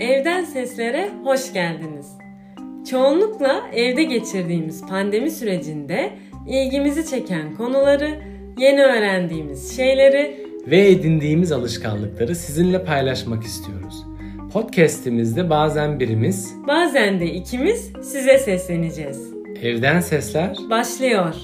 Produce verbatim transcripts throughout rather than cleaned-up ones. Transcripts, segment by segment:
Evden Seslere hoş geldiniz. Çoğunlukla evde geçirdiğimiz pandemi sürecinde ilgimizi çeken konuları, yeni öğrendiğimiz şeyleri ve edindiğimiz alışkanlıkları sizinle paylaşmak istiyoruz. Podcast'imizde bazen birimiz, bazen de ikimiz size sesleneceğiz. Evden Sesler başlıyor.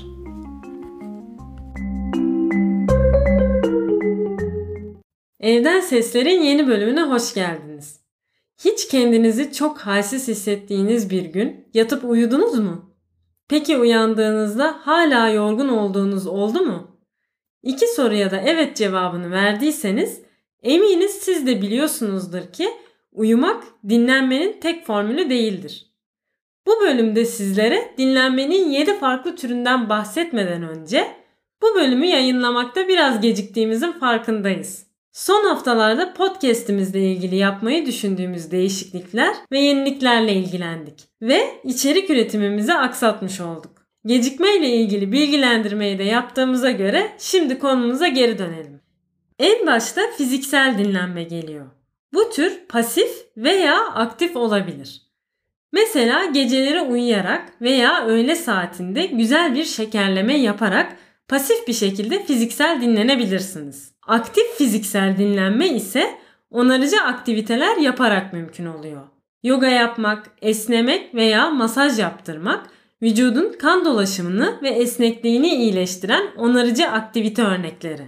Evden Sesler'in yeni bölümüne hoş geldiniz. Hiç kendinizi çok halsiz hissettiğiniz bir gün yatıp uyudunuz mu? Peki uyandığınızda hala yorgun olduğunuz oldu mu? İki soruya da evet cevabını verdiyseniz eminiz siz de biliyorsunuzdur ki uyumak dinlenmenin tek formülü değildir. Bu bölümde sizlere dinlenmenin yedi farklı türünden bahsetmeden önce bu bölümü yayınlamakta biraz geciktiğimizin farkındayız. Son haftalarda podcast'imizle ilgili yapmayı düşündüğümüz değişiklikler ve yeniliklerle ilgilendik ve içerik üretimimizi aksatmış olduk. Gecikmeyle ilgili bilgilendirmeyi de yaptığımıza göre şimdi konumuza geri dönelim. En başta fiziksel dinlenme geliyor. Bu tür pasif veya aktif olabilir. Mesela geceleri uyuyarak veya öğle saatinde güzel bir şekerleme yaparak pasif bir şekilde fiziksel dinlenebilirsiniz. Aktif fiziksel dinlenme ise onarıcı aktiviteler yaparak mümkün oluyor. Yoga yapmak, esnemek veya masaj yaptırmak vücudun kan dolaşımını ve esnekliğini iyileştiren onarıcı aktivite örnekleri.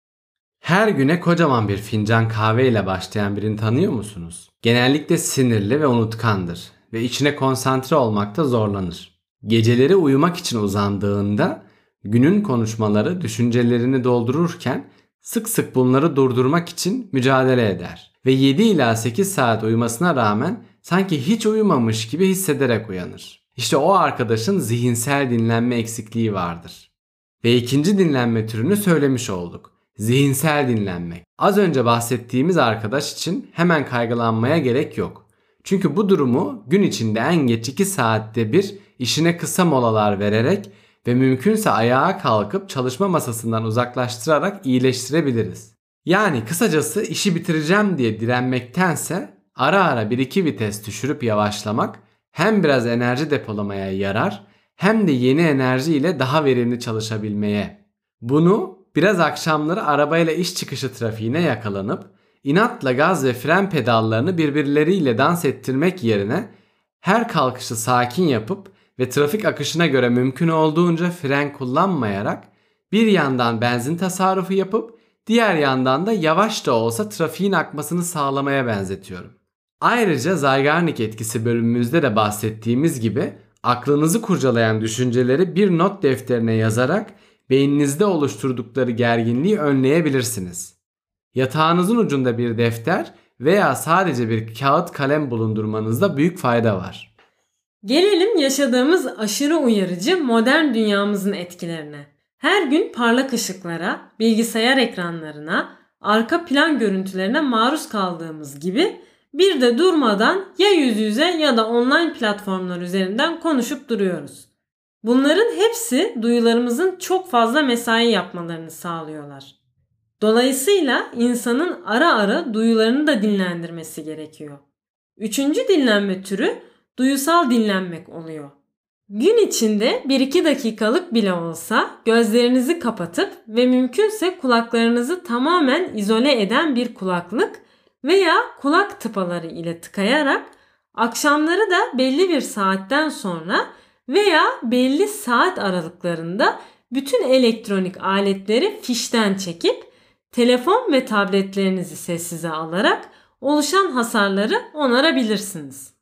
Her güne kocaman bir fincan kahve ile başlayan birini tanıyor musunuz? Genellikle sinirli ve unutkandır ve içine konsantre olmakta zorlanır. Geceleri uyumak için uzandığında günün konuşmaları düşüncelerini doldururken sık sık bunları durdurmak için mücadele eder ve yedi ila sekiz saat uyumasına rağmen sanki hiç uyumamış gibi hissederek uyanır. İşte o arkadaşın zihinsel dinlenme eksikliği vardır. Ve ikinci dinlenme türünü söylemiş olduk. Zihinsel dinlenmek. Az önce bahsettiğimiz arkadaş için hemen kaygılanmaya gerek yok. Çünkü bu durumu gün içinde en geç iki saatte bir işine kısa molalar vererek ve mümkünse ayağa kalkıp çalışma masasından uzaklaştırarak iyileştirebiliriz. Yani kısacası işi bitireceğim diye direnmektense ara ara bir iki vites düşürüp yavaşlamak hem biraz enerji depolamaya yarar hem de yeni enerji ile daha verimli çalışabilmeye. Bunu biraz akşamları arabayla iş çıkışı trafiğine yakalanıp inatla gaz ve fren pedallarını birbirleriyle dans ettirmek yerine her kalkışı sakin yapıp ve trafik akışına göre mümkün olduğunca fren kullanmayarak bir yandan benzin tasarrufu yapıp diğer yandan da yavaş da olsa trafiğin akmasını sağlamaya benzetiyorum. Ayrıca Zeigarnik etkisi bölümümüzde de bahsettiğimiz gibi aklınızı kurcalayan düşünceleri bir not defterine yazarak beyninizde oluşturdukları gerginliği önleyebilirsiniz. Yatağınızın ucunda bir defter veya sadece bir kağıt kalem bulundurmanızda büyük fayda var. Gelelim yaşadığımız aşırı uyarıcı modern dünyamızın etkilerine. Her gün parlak ışıklara, bilgisayar ekranlarına, arka plan görüntülerine maruz kaldığımız gibi bir de durmadan ya yüz yüze ya da online platformlar üzerinden konuşup duruyoruz. Bunların hepsi duyularımızın çok fazla mesai yapmalarını sağlıyorlar. Dolayısıyla insanın ara ara duyularını da dinlendirmesi gerekiyor. Üçüncü dinlenme türü duyusal dinlenmek oluyor. Gün içinde bir iki dakikalık bile olsa gözlerinizi kapatıp ve mümkünse kulaklarınızı tamamen izole eden bir kulaklık veya kulak tıpaları ile tıkayarak akşamları da belli bir saatten sonra veya belli saat aralıklarında bütün elektronik aletleri fişten çekip telefon ve tabletlerinizi sessize alarak oluşan hasarları onarabilirsiniz.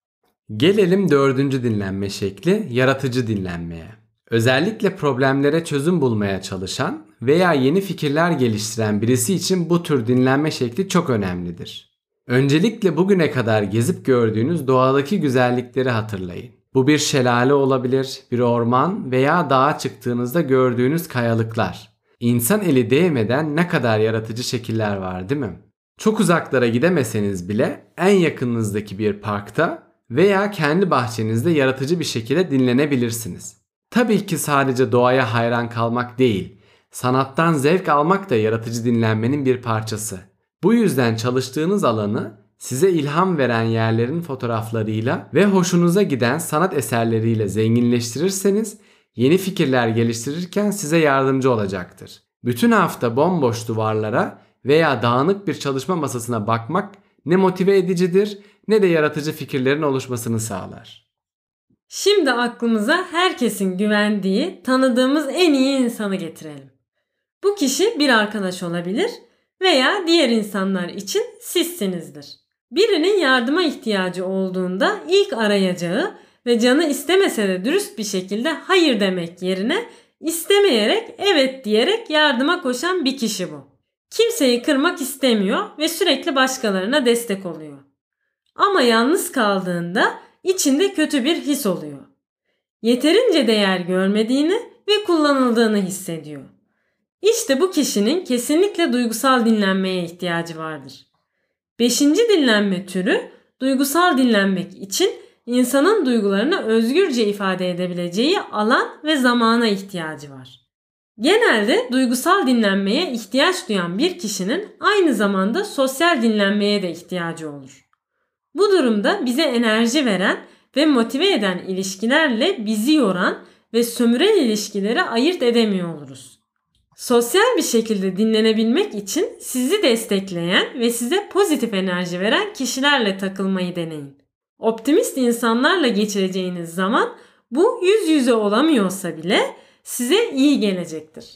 Gelelim dördüncü dinlenme şekli, yaratıcı dinlenmeye. Özellikle problemlere çözüm bulmaya çalışan veya yeni fikirler geliştiren birisi için bu tür dinlenme şekli çok önemlidir. Öncelikle bugüne kadar gezip gördüğünüz doğadaki güzellikleri hatırlayın. Bu bir şelale olabilir, bir orman veya dağa çıktığınızda gördüğünüz kayalıklar. İnsan eli değmeden ne kadar yaratıcı şekiller var, değil mi? Çok uzaklara gidemeseniz bile en yakınınızdaki bir parkta veya kendi bahçenizde yaratıcı bir şekilde dinlenebilirsiniz. Tabii ki sadece doğaya hayran kalmak değil, sanattan zevk almak da yaratıcı dinlenmenin bir parçası. Bu yüzden çalıştığınız alanı size ilham veren yerlerin fotoğraflarıyla ve hoşunuza giden sanat eserleriyle zenginleştirirseniz yeni fikirler geliştirirken size yardımcı olacaktır. Bütün hafta bomboş duvarlara veya dağınık bir çalışma masasına bakmak ne motive edicidir ne de yaratıcı fikirlerin oluşmasını sağlar. Şimdi aklımıza herkesin güvendiği, tanıdığımız en iyi insanı getirelim. Bu kişi bir arkadaş olabilir veya diğer insanlar için sizsinizdir. Birinin yardıma ihtiyacı olduğunda ilk arayacağı ve canı istemese de dürüst bir şekilde hayır demek yerine istemeyerek evet diyerek yardıma koşan bir kişi bu. Kimseyi kırmak istemiyor ve sürekli başkalarına destek oluyor. Ama yalnız kaldığında içinde kötü bir his oluyor. Yeterince değer görmediğini ve kullanıldığını hissediyor. İşte bu kişinin kesinlikle duygusal dinlenmeye ihtiyacı vardır. Beşinci dinlenme türü duygusal dinlenmek için insanın duygularını özgürce ifade edebileceği alan ve zamana ihtiyacı var. Genelde duygusal dinlenmeye ihtiyaç duyan bir kişinin aynı zamanda sosyal dinlenmeye de ihtiyacı olur. Bu durumda bize enerji veren ve motive eden ilişkilerle bizi yoran ve sömüren ilişkileri ayırt edemiyor oluruz. Sosyal bir şekilde dinlenebilmek için sizi destekleyen ve size pozitif enerji veren kişilerle takılmayı deneyin. Optimist insanlarla geçireceğiniz zaman bu yüz yüze olamıyorsa bile size iyi gelecektir.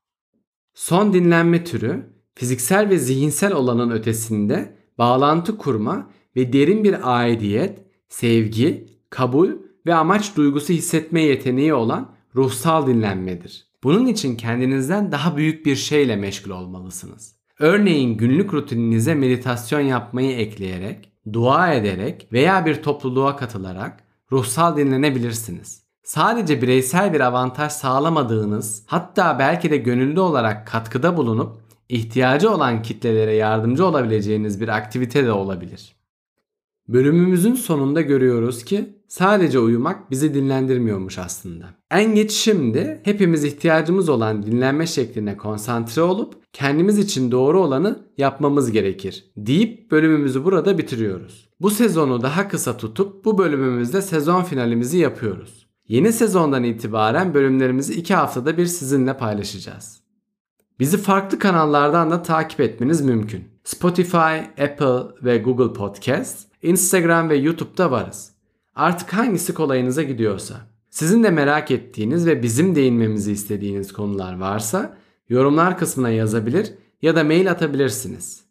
Son dinlenme türü fiziksel ve zihinsel olanın ötesinde bağlantı kurma ve derin bir aidiyet, sevgi, kabul ve amaç duygusu hissetme yeteneği olan ruhsal dinlenmedir. Bunun için kendinizden daha büyük bir şeyle meşgul olmalısınız. Örneğin günlük rutininize meditasyon yapmayı ekleyerek, dua ederek veya bir topluluğa katılarak ruhsal dinlenebilirsiniz. Sadece bireysel bir avantaj sağlamadığınız, hatta belki de gönüllü olarak katkıda bulunup ihtiyacı olan kitlelere yardımcı olabileceğiniz bir aktivite de olabilir. Bölümümüzün sonunda görüyoruz ki sadece uyumak bizi dinlendirmiyormuş aslında. En geç şimdi hepimiz ihtiyacımız olan dinlenme şekline konsantre olup kendimiz için doğru olanı yapmamız gerekir deyip bölümümüzü burada bitiriyoruz. Bu sezonu daha kısa tutup bu bölümümüzde sezon finalimizi yapıyoruz. Yeni sezondan itibaren bölümlerimizi iki haftada bir sizinle paylaşacağız. Bizi farklı kanallardan da takip etmeniz mümkün. Spotify, Apple ve Google Podcast, Instagram ve YouTube'da varız. Artık hangisi kolayınıza gidiyorsa. Sizin de merak ettiğiniz ve bizim değinmemizi istediğiniz konular varsa yorumlar kısmına yazabilir ya da mail atabilirsiniz.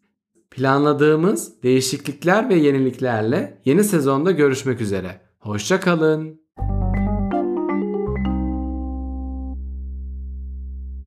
Planladığımız değişiklikler ve yeniliklerle yeni sezonda görüşmek üzere. Hoşça kalın.